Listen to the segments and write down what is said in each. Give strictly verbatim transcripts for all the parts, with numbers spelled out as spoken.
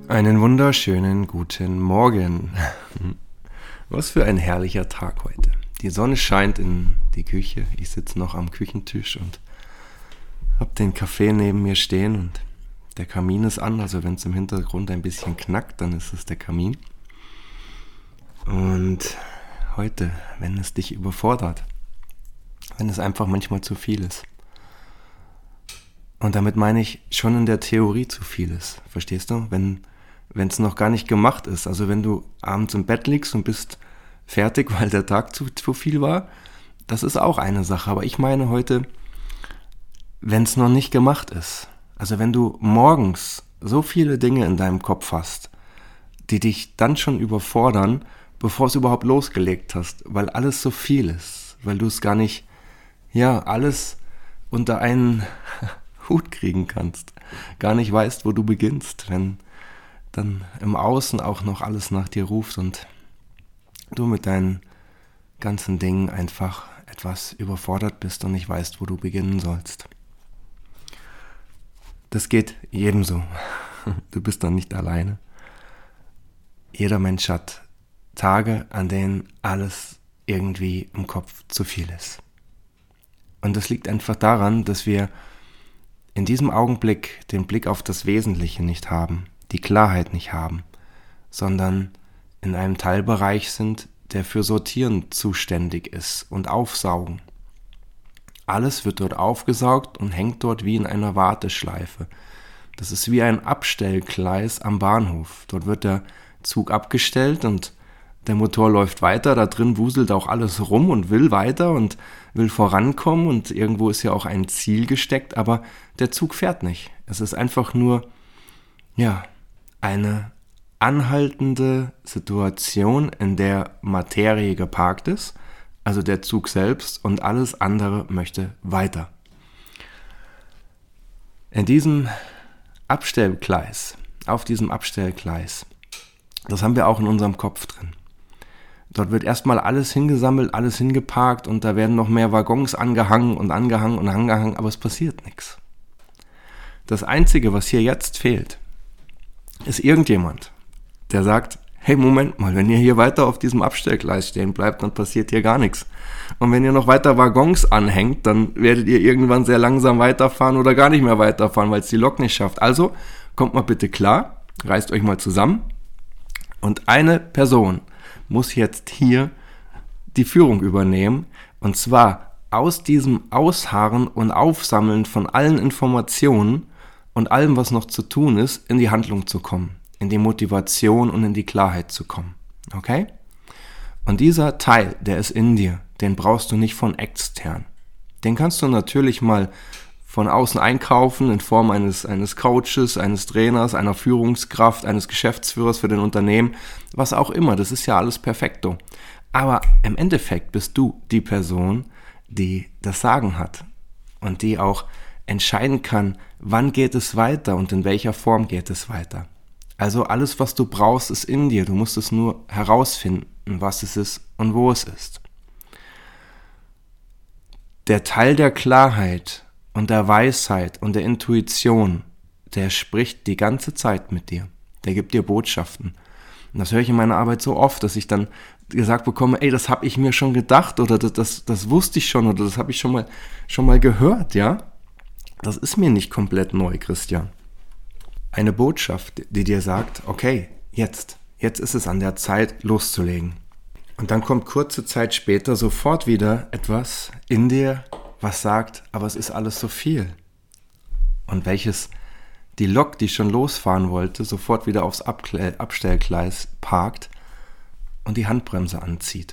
Einen wunderschönen guten Morgen. Was für ein herrlicher Tag heute. Die Sonne scheint in die Küche. Ich sitze noch am Küchentisch und habe den Kaffee neben mir stehen und der Kamin ist an. Also wenn es im Hintergrund ein bisschen knackt, dann ist es der Kamin. Und heute, wenn es dich überfordert, wenn es einfach manchmal zu viel ist. Und damit meine ich schon in der Theorie zu viel ist. Verstehst du? Wenn wenn es noch gar nicht gemacht ist. Also wenn du abends im Bett liegst und bist fertig, weil der Tag zu, zu viel war, das ist auch eine Sache. Aber ich meine heute, wenn es noch nicht gemacht ist. Also wenn du morgens so viele Dinge in deinem Kopf hast, die dich dann schon überfordern, bevor es überhaupt losgelegt hast, weil alles so viel ist, weil du es gar nicht, ja, alles unter einen Hut kriegen kannst, gar nicht weißt, wo du beginnst, wenn dann im Außen auch noch alles nach dir ruft und du mit deinen ganzen Dingen einfach etwas überfordert bist und nicht weißt, wo du beginnen sollst. Das geht jedem so. Du bist dann nicht alleine. Jeder Mensch hat Tage, an denen alles irgendwie im Kopf zu viel ist. Und das liegt einfach daran, dass wir in diesem Augenblick den Blick auf das Wesentliche nicht haben, die Klarheit nicht haben, sondern in einem Teilbereich sind, der für Sortieren zuständig ist und Aufsaugen. Alles wird dort aufgesaugt und hängt dort wie in einer Warteschleife. Das ist wie ein Abstellgleis am Bahnhof. Dort wird der Zug abgestellt und der Motor läuft weiter, da drin wuselt auch alles rum und will weiter und will vorankommen und irgendwo ist ja auch ein Ziel gesteckt, aber der Zug fährt nicht. Es ist einfach nur, ja, eine anhaltende Situation, in der Materie geparkt ist, also der Zug selbst, und alles andere möchte weiter. In diesem Abstellgleis, auf diesem Abstellgleis, das haben wir auch in unserem Kopf drin. Dort wird erstmal alles hingesammelt, alles hingeparkt und da werden noch mehr Waggons angehangen und angehangen und angehangen, aber es passiert nichts. Das Einzige, was hier jetzt fehlt, ist irgendjemand, der sagt, hey, Moment mal, wenn ihr hier weiter auf diesem Abstellgleis stehen bleibt, dann passiert hier gar nichts. Und wenn ihr noch weiter Waggons anhängt, dann werdet ihr irgendwann sehr langsam weiterfahren oder gar nicht mehr weiterfahren, weil es die Lok nicht schafft. Also kommt mal bitte klar, reißt euch mal zusammen und eine Person muss jetzt hier die Führung übernehmen und zwar aus diesem Ausharren und Aufsammeln von allen Informationen und allem, was noch zu tun ist, in die Handlung zu kommen, in die Motivation und in die Klarheit zu kommen. Okay? Und dieser Teil, der ist in dir, den brauchst du nicht von extern. Den kannst du natürlich mal von außen einkaufen in Form eines, eines Coaches, eines Trainers, einer Führungskraft, eines Geschäftsführers für dein Unternehmen, was auch immer. Das ist ja alles perfekto. Aber im Endeffekt bist du die Person, die das Sagen hat und die auch entscheiden kann, wann geht es weiter und in welcher Form geht es weiter. Also alles, was du brauchst, ist in dir. Du musst es nur herausfinden, was es ist und wo es ist. Der Teil der Klarheit und der Weisheit und der Intuition, der spricht die ganze Zeit mit dir. Der gibt dir Botschaften. Und das höre ich in meiner Arbeit so oft, dass ich dann gesagt bekomme, ey, das habe ich mir schon gedacht oder das, das, das wusste ich schon oder das habe ich schon mal, schon mal gehört, ja? Das ist mir nicht komplett neu, Christian. Eine Botschaft, die dir sagt, okay, jetzt, jetzt ist es an der Zeit, loszulegen. Und dann kommt kurze Zeit später sofort wieder etwas in dir, was sagt, aber es ist alles so viel. Und welches die Lok, die schon losfahren wollte, sofort wieder aufs Abstellgleis parkt und die Handbremse anzieht.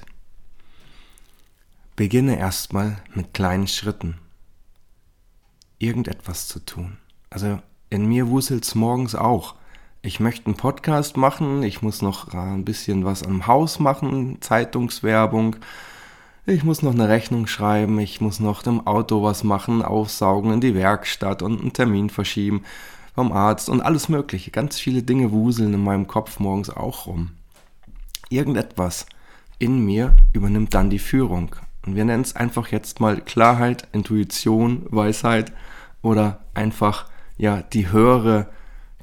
Beginne erstmal mit kleinen Schritten, irgendetwas zu tun. Also in mir wuselt's morgens auch. Ich möchte einen Podcast machen, ich muss noch ein bisschen was am Haus machen, Zeitungswerbung, ich muss noch eine Rechnung schreiben, ich muss noch im Auto was machen, aufsaugen in die Werkstatt und einen Termin verschieben vom Arzt und alles mögliche. Ganz viele Dinge wuseln in meinem Kopf morgens auch rum. Irgendetwas in mir übernimmt dann die Führung. Und wir nennen es einfach jetzt mal Klarheit, Intuition, Weisheit oder einfach ja die höhere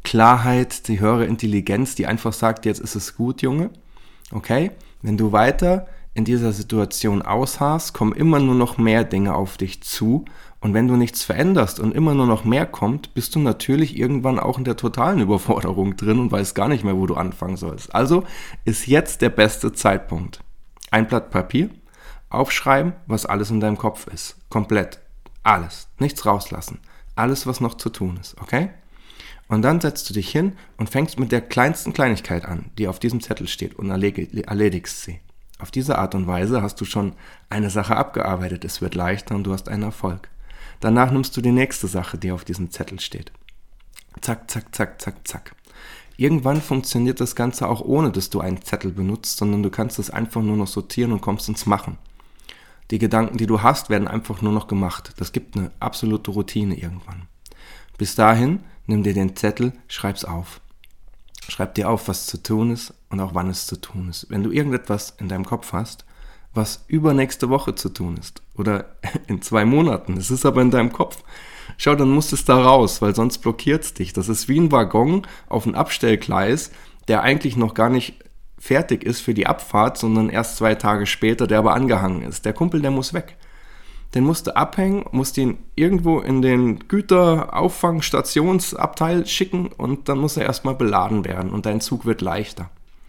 Klarheit, die höhere Intelligenz, die einfach sagt, jetzt ist es gut, Junge. Okay? Wenn du weiter in dieser Situation ausharrst, kommen immer nur noch mehr Dinge auf dich zu. Und wenn du nichts veränderst und immer nur noch mehr kommt, bist du natürlich irgendwann auch in der totalen Überforderung drin und weißt gar nicht mehr, wo du anfangen sollst. Also ist jetzt der beste Zeitpunkt. Ein Blatt Papier, aufschreiben, was alles in deinem Kopf ist. Komplett. Alles. Nichts rauslassen. Alles, was noch zu tun ist. Okay? Und dann setzt du dich hin und fängst mit der kleinsten Kleinigkeit an, die auf diesem Zettel steht, und erledigst sie. Auf diese Art und Weise hast du schon eine Sache abgearbeitet. Es wird leichter und du hast einen Erfolg. Danach nimmst du die nächste Sache, die auf diesem Zettel steht. Zack, zack, zack, zack, zack. Irgendwann funktioniert das Ganze auch ohne, dass du einen Zettel benutzt, sondern du kannst es einfach nur noch sortieren und kommst ins Machen. Die Gedanken, die du hast, werden einfach nur noch gemacht. Das gibt eine absolute Routine irgendwann. Bis dahin, nimm dir den Zettel, schreib's auf. Schreib dir auf, was zu tun ist und auch wann es zu tun ist. Wenn du irgendetwas in deinem Kopf hast, was übernächste Woche zu tun ist oder in zwei Monaten, es ist aber in deinem Kopf, schau, dann musst es da raus, weil sonst blockiert es dich. Das ist wie ein Waggon auf ein Abstellgleis, der eigentlich noch gar nicht fertig ist für die Abfahrt, sondern erst zwei Tage später, der aber angehangen ist. Der Kumpel, der muss weg. Den musst du abhängen, musst ihn irgendwo in den Güterauffangstationsabteil schicken und dann muss er erstmal beladen werden und dein Zug wird leichter.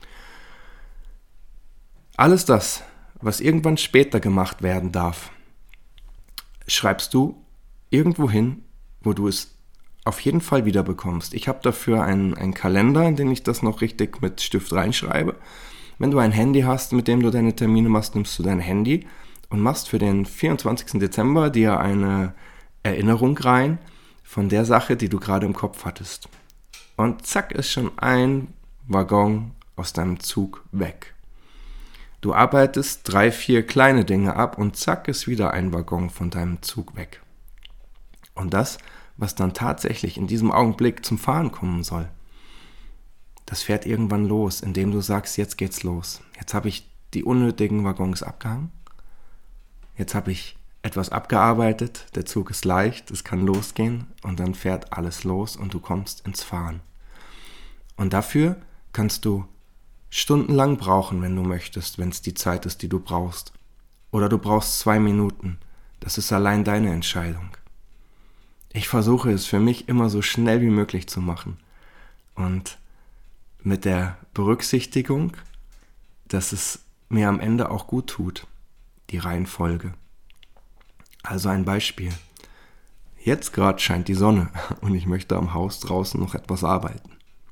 Alles das, was irgendwann später gemacht werden darf, schreibst du irgendwo hin, wo du es auf jeden Fall wieder bekommst. Ich habe dafür einen, einen Kalender, in den ich das noch richtig mit Stift reinschreibe. Wenn du ein Handy hast, mit dem du deine Termine machst, nimmst du dein Handy und machst für den vierundzwanzigsten Dezember dir eine Erinnerung rein von der Sache, die du gerade im Kopf hattest. Und zack, ist schon ein Waggon aus deinem Zug weg. Du arbeitest drei, vier kleine Dinge ab und zack, ist wieder ein Waggon von deinem Zug weg. Und das, was dann tatsächlich in diesem Augenblick zum Fahren kommen soll, das fährt irgendwann los, indem du sagst, jetzt geht's los. Jetzt habe ich die unnötigen Waggons abgehangen. Jetzt habe ich etwas abgearbeitet, der Zug ist leicht, es kann losgehen und dann fährt alles los und du kommst ins Fahren. Und dafür kannst du stundenlang brauchen, wenn du möchtest, wenn es die Zeit ist, die du brauchst. Oder du brauchst zwei Minuten. Das ist allein deine Entscheidung. Ich versuche es für mich immer so schnell wie möglich zu machen. Und mit der Berücksichtigung, dass es mir am Ende auch gut tut, die Reihenfolge. Also ein Beispiel. Jetzt gerade scheint die Sonne und ich möchte am Haus draußen noch etwas arbeiten.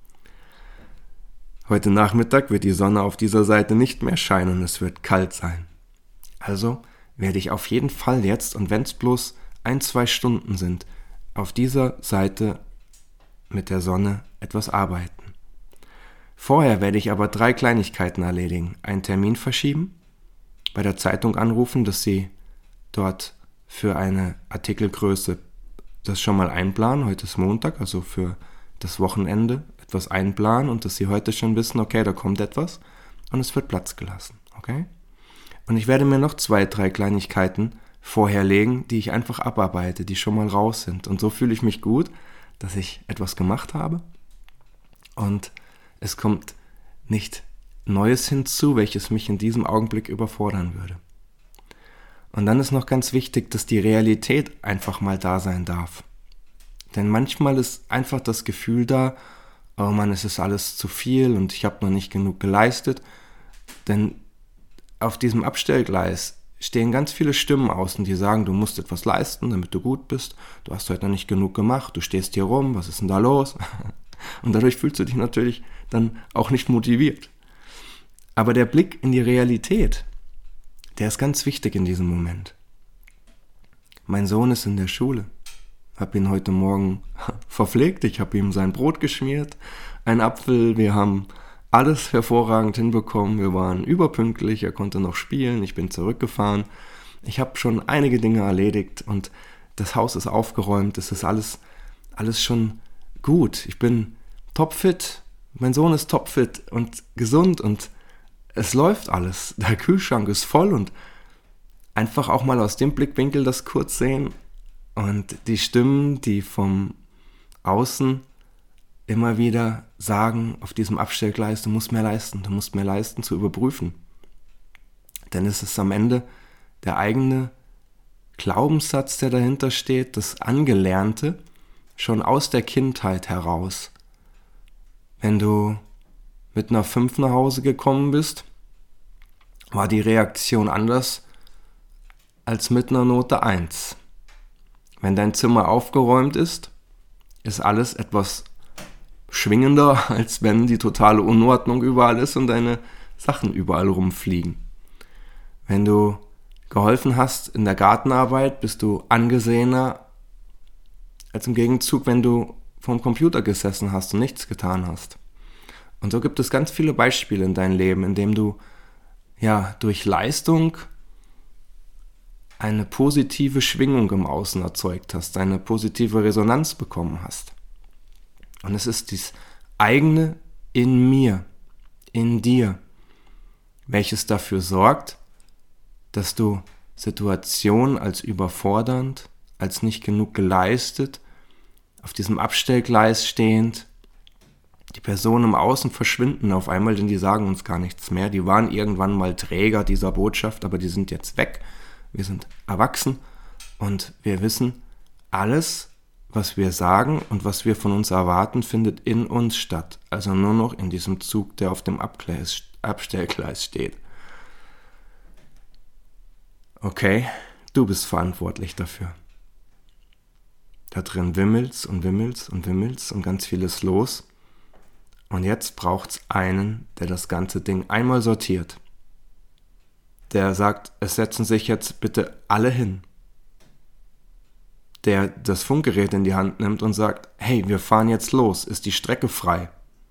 Heute Nachmittag wird die Sonne auf dieser Seite nicht mehr scheinen und es wird kalt sein. Also werde ich auf jeden Fall jetzt, und wenn es bloß ein, zwei Stunden sind, auf dieser Seite mit der Sonne etwas arbeiten. Vorher werde ich aber drei Kleinigkeiten erledigen. Einen Termin verschieben, bei der Zeitung anrufen, dass sie dort für eine Artikelgröße das schon mal einplanen. Heute ist Montag, also für das Wochenende etwas einplanen und dass sie heute schon wissen, okay, da kommt etwas und es wird Platz gelassen. Okay? Und ich werde mir noch zwei, drei Kleinigkeiten vorherlegen, die ich einfach abarbeite, die schon mal raus sind. Und so fühle ich mich gut, dass ich etwas gemacht habe und es kommt nicht Neues hinzu, welches mich in diesem Augenblick überfordern würde. Und dann ist noch ganz wichtig, dass die Realität einfach mal da sein darf. Denn manchmal ist einfach das Gefühl da, oh Mann, es ist alles zu viel und ich habe noch nicht genug geleistet. Denn auf diesem Abstellgleis stehen ganz viele Stimmen außen, die sagen, du musst etwas leisten, damit du gut bist. Du hast heute noch nicht genug gemacht, du stehst hier rum, was ist denn da los? Und dadurch fühlst du dich natürlich dann auch nicht motiviert. Aber der Blick in die Realität, der ist ganz wichtig in diesem Moment. Mein Sohn ist in der Schule. Habe ihn heute Morgen verpflegt. Ich habe ihm sein Brot geschmiert, einen Apfel. Wir haben alles hervorragend hinbekommen. Wir waren überpünktlich. Er konnte noch spielen. Ich bin zurückgefahren. Ich habe schon einige Dinge erledigt und das Haus ist aufgeräumt. Es ist alles, alles schon gut. Ich bin topfit. Mein Sohn ist topfit und gesund und es läuft alles. Der Kühlschrank ist voll und einfach auch mal aus dem Blickwinkel das kurz sehen und die Stimmen, die vom Außen immer wieder sagen auf diesem Abstellgleis, du musst mehr leisten, du musst mehr leisten, zu überprüfen. Denn es ist am Ende der eigene Glaubenssatz, der dahinter steht, das Angelernte, schon aus der Kindheit heraus. Wenn du mit einer fünf nach Hause gekommen bist, war die Reaktion anders als mit einer Note eins. Wenn dein Zimmer aufgeräumt ist, ist alles etwas schwingender, als wenn die totale Unordnung überall ist und deine Sachen überall rumfliegen. Wenn du geholfen hast in der Gartenarbeit, bist du angesehener als im Gegenzug, wenn du vorm Computer gesessen hast und nichts getan hast. Und so gibt es ganz viele Beispiele in deinem Leben, in dem du ja durch Leistung eine positive Schwingung im Außen erzeugt hast, eine positive Resonanz bekommen hast. Und es ist dies eigene in mir, in dir, welches dafür sorgt, dass du Situationen als überfordernd, als nicht genug geleistet, auf diesem Abstellgleis stehend, die Personen im Außen verschwinden auf einmal, denn die sagen uns gar nichts mehr. Die waren irgendwann mal Träger dieser Botschaft, aber die sind jetzt weg. Wir sind erwachsen und wir wissen, alles, was wir sagen und was wir von uns erwarten, findet in uns statt. Also nur noch in diesem Zug, der auf dem Abgleis, Abstellgleis steht. Okay, du bist verantwortlich dafür. Da drin wimmelt's und wimmelt's und wimmelt's und ganz vieles los. Und jetzt braucht's einen, der das ganze Ding einmal sortiert. Der sagt, es setzen sich jetzt bitte alle hin. Der das Funkgerät in die Hand nimmt und sagt, hey, wir fahren jetzt los, ist die Strecke frei?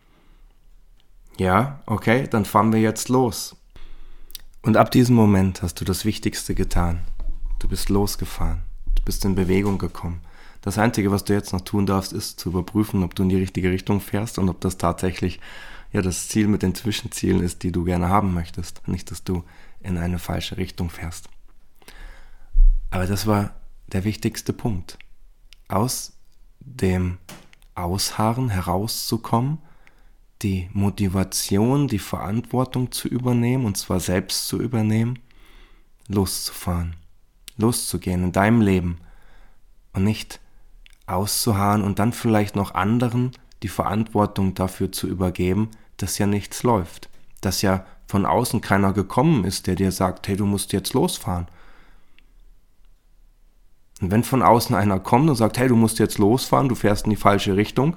Ja, okay, dann fahren wir jetzt los. Und ab diesem Moment hast du das Wichtigste getan. Du bist losgefahren, du bist in Bewegung gekommen. Das Einzige, was du jetzt noch tun darfst, ist zu überprüfen, ob du in die richtige Richtung fährst und ob das tatsächlich ja das Ziel mit den Zwischenzielen ist, die du gerne haben möchtest. Nicht, dass du in eine falsche Richtung fährst. Aber das war der wichtigste Punkt. Aus dem Ausharren herauszukommen, die Motivation, die Verantwortung zu übernehmen, und zwar selbst zu übernehmen, loszufahren, loszugehen in deinem Leben und nicht auszuharren und dann vielleicht noch anderen die Verantwortung dafür zu übergeben, dass ja nichts läuft, dass ja von außen keiner gekommen ist, der dir sagt, hey, du musst jetzt losfahren. Und wenn von außen einer kommt und sagt, hey, du musst jetzt losfahren, du fährst in die falsche Richtung,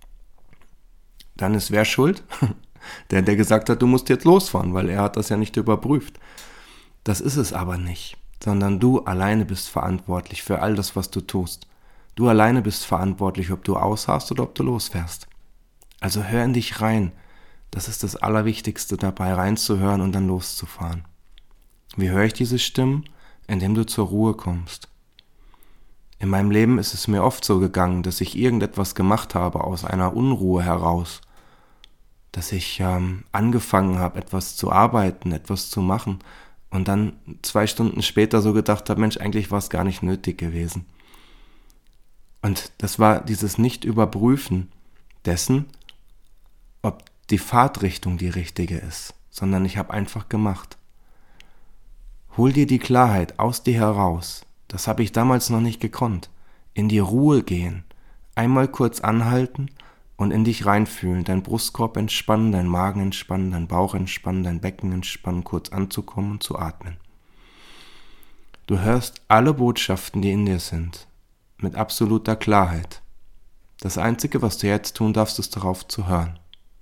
dann ist wer schuld? Der, der gesagt hat, du musst jetzt losfahren, weil er hat das ja nicht überprüft. Das ist es aber nicht, sondern du alleine bist verantwortlich für all das, was du tust. Du alleine bist verantwortlich, ob du ausharrst oder ob du losfährst. Also hör in dich rein. Das ist das Allerwichtigste dabei, reinzuhören und dann loszufahren. Wie höre ich diese Stimmen? Indem du zur Ruhe kommst. In meinem Leben ist es mir oft so gegangen, dass ich irgendetwas gemacht habe aus einer Unruhe heraus. Dass ich ähm, angefangen habe, etwas zu arbeiten, etwas zu machen und dann zwei Stunden später so gedacht habe, Mensch, eigentlich war es gar nicht nötig gewesen. Und das war dieses Nicht-Überprüfen dessen, ob die Fahrtrichtung die richtige ist, sondern ich habe einfach gemacht. Hol dir die Klarheit aus dir heraus. Das habe ich damals noch nicht gekonnt. In die Ruhe gehen, einmal kurz anhalten und in dich reinfühlen, dein Brustkorb entspannen, dein Magen entspannen, dein Bauch entspannen, dein Becken entspannen, kurz anzukommen und zu atmen. Du hörst alle Botschaften, die in dir sind, mit absoluter Klarheit. Das Einzige, was du jetzt tun darfst, ist darauf zu hören.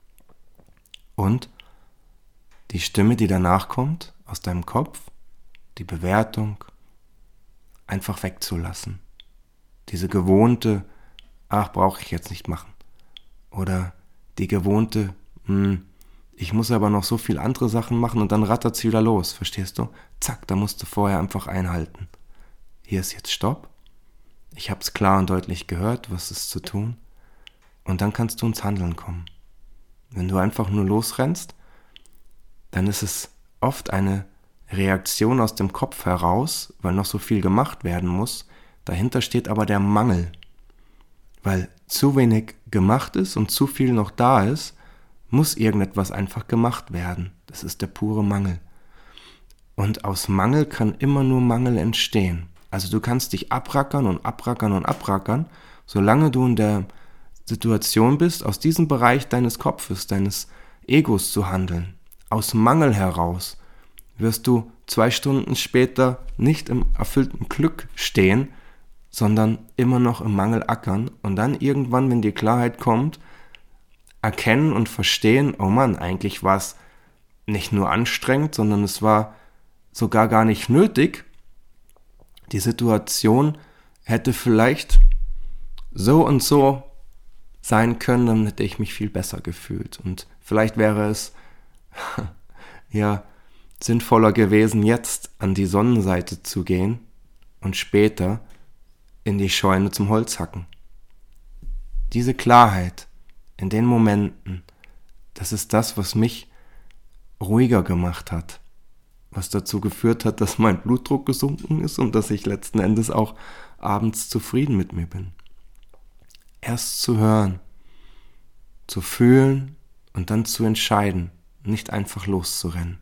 Und die Stimme, die danach kommt, aus deinem Kopf, die Bewertung, einfach wegzulassen. Diese gewohnte, ach, brauche ich jetzt nicht machen. Oder die gewohnte, hm, ich muss aber noch so viel andere Sachen machen und dann rattert es wieder los, verstehst du? Zack, da musst du vorher einfach einhalten. Hier ist jetzt Stopp. Ich habe es klar und deutlich gehört, was ist zu tun. Und dann kannst du ins Handeln kommen. Wenn du einfach nur losrennst, dann ist es oft eine Reaktion aus dem Kopf heraus, weil noch so viel gemacht werden muss. Dahinter steht aber der Mangel. Weil zu wenig gemacht ist und zu viel noch da ist, muss irgendetwas einfach gemacht werden. Das ist der pure Mangel. Und aus Mangel kann immer nur Mangel entstehen. Also du kannst dich abrackern und abrackern und abrackern, solange du in der Situation bist, aus diesem Bereich deines Kopfes, deines Egos zu handeln. Aus Mangel heraus wirst du zwei Stunden später nicht im erfüllten Glück stehen, sondern immer noch im Mangel ackern und dann irgendwann, wenn die Klarheit kommt, erkennen und verstehen, oh Mann, eigentlich war es nicht nur anstrengend, sondern es war sogar gar nicht nötig. Die Situation hätte vielleicht so und so sein können, dann hätte ich mich viel besser gefühlt. Und vielleicht wäre es ja sinnvoller gewesen, jetzt an die Sonnenseite zu gehen und später in die Scheune zum Holzhacken. Diese Klarheit in den Momenten, das ist das, was mich ruhiger gemacht hat, was dazu geführt hat, dass mein Blutdruck gesunken ist und dass ich letzten Endes auch abends zufrieden mit mir bin. Erst zu hören, zu fühlen und dann zu entscheiden, nicht einfach loszurennen.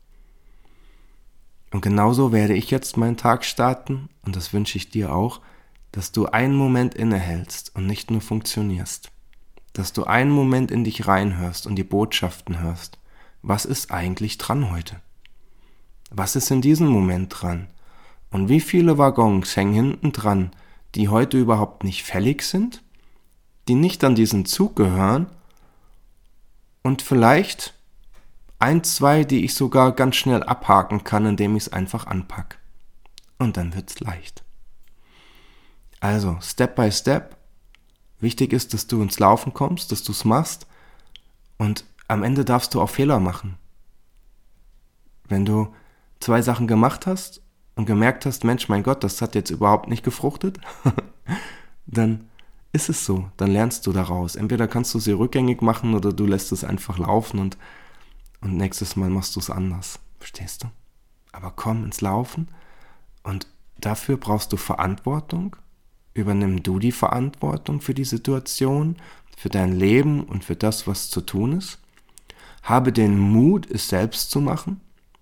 Und genauso werde ich jetzt meinen Tag starten, und das wünsche ich dir auch, dass du einen Moment innehältst und nicht nur funktionierst. Dass du einen Moment in dich reinhörst und die Botschaften hörst. Was ist eigentlich dran heute? Was ist in diesem Moment dran? Und wie viele Waggons hängen hinten dran, die heute überhaupt nicht fällig sind? Die nicht an diesen Zug gehören? Und vielleicht ein, zwei, die ich sogar ganz schnell abhaken kann, indem ich es einfach anpacke. Und dann wird's leicht. Also, Step by Step. Wichtig ist, dass du ins Laufen kommst, dass du es machst. Und am Ende darfst du auch Fehler machen. Wenn du zwei Sachen gemacht hast und gemerkt hast, Mensch, mein Gott, das hat jetzt überhaupt nicht gefruchtet, dann ist es so, dann lernst du daraus. Entweder kannst du sie rückgängig machen oder du lässt es einfach laufen und, und nächstes Mal machst du es anders. Verstehst du? Aber komm ins Laufen und dafür brauchst du Verantwortung. Übernimm du die Verantwortung für die Situation, für dein Leben und für das, was zu tun ist. Habe den Mut, es selbst zu machen.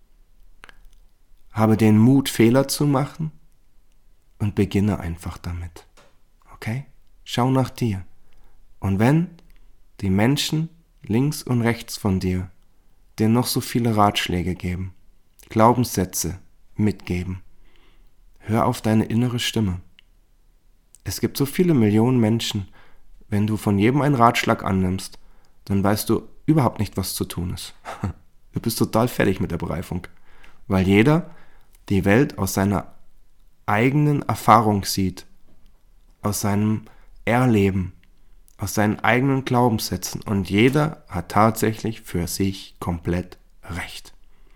Habe den Mut, Fehler zu machen und beginne einfach damit. Okay? Schau nach dir. Und wenn die Menschen links und rechts von dir dir noch so viele Ratschläge geben, Glaubenssätze mitgeben, hör auf deine innere Stimme. Es gibt so viele Millionen Menschen, wenn du von jedem einen Ratschlag annimmst, dann weißt du überhaupt nicht, was zu tun ist. Du bist total fertig mit der Bereifung, weil jeder die Welt aus seiner eigenen Erfahrung sieht, aus seinem Erleben, aus seinen eigenen Glaubenssätzen und jeder hat tatsächlich für sich komplett recht.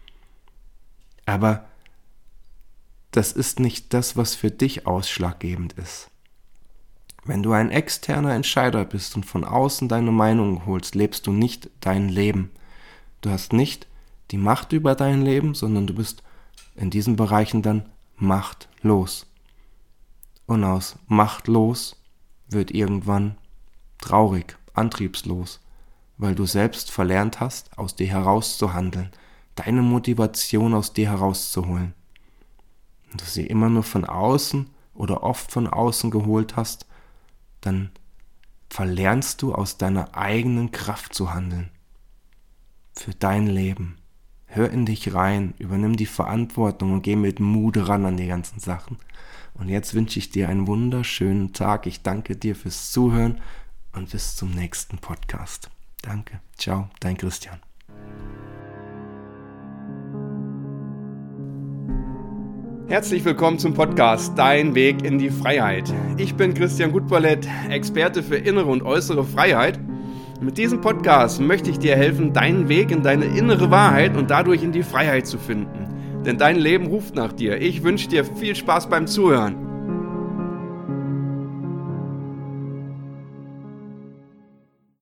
Aber das ist nicht das, was für dich ausschlaggebend ist. Wenn du ein externer Entscheider bist und von außen deine Meinung holst, lebst du nicht dein Leben. Du hast nicht die Macht über dein Leben, sondern du bist in diesen Bereichen dann machtlos. Und aus machtlos wird irgendwann traurig, antriebslos, weil du selbst verlernt hast, aus dir heraus zu handeln, deine Motivation aus dir herauszuholen. Und du sie immer nur von außen oder oft von außen geholt hast, dann verlernst du aus deiner eigenen Kraft zu handeln. Für dein Leben. Hör in dich rein, übernimm die Verantwortung und geh mit Mut ran an die ganzen Sachen. Und jetzt wünsche ich dir einen wunderschönen Tag. Ich danke dir fürs Zuhören und bis zum nächsten Podcast. Danke. Ciao, dein Christian. Herzlich willkommen zum Podcast Dein Weg in die Freiheit. Ich bin Christian Gutballett, Experte für innere und äußere Freiheit. Mit diesem Podcast möchte ich dir helfen, deinen Weg in deine innere Wahrheit und dadurch in die Freiheit zu finden. Denn dein Leben ruft nach dir. Ich wünsche dir viel Spaß beim Zuhören.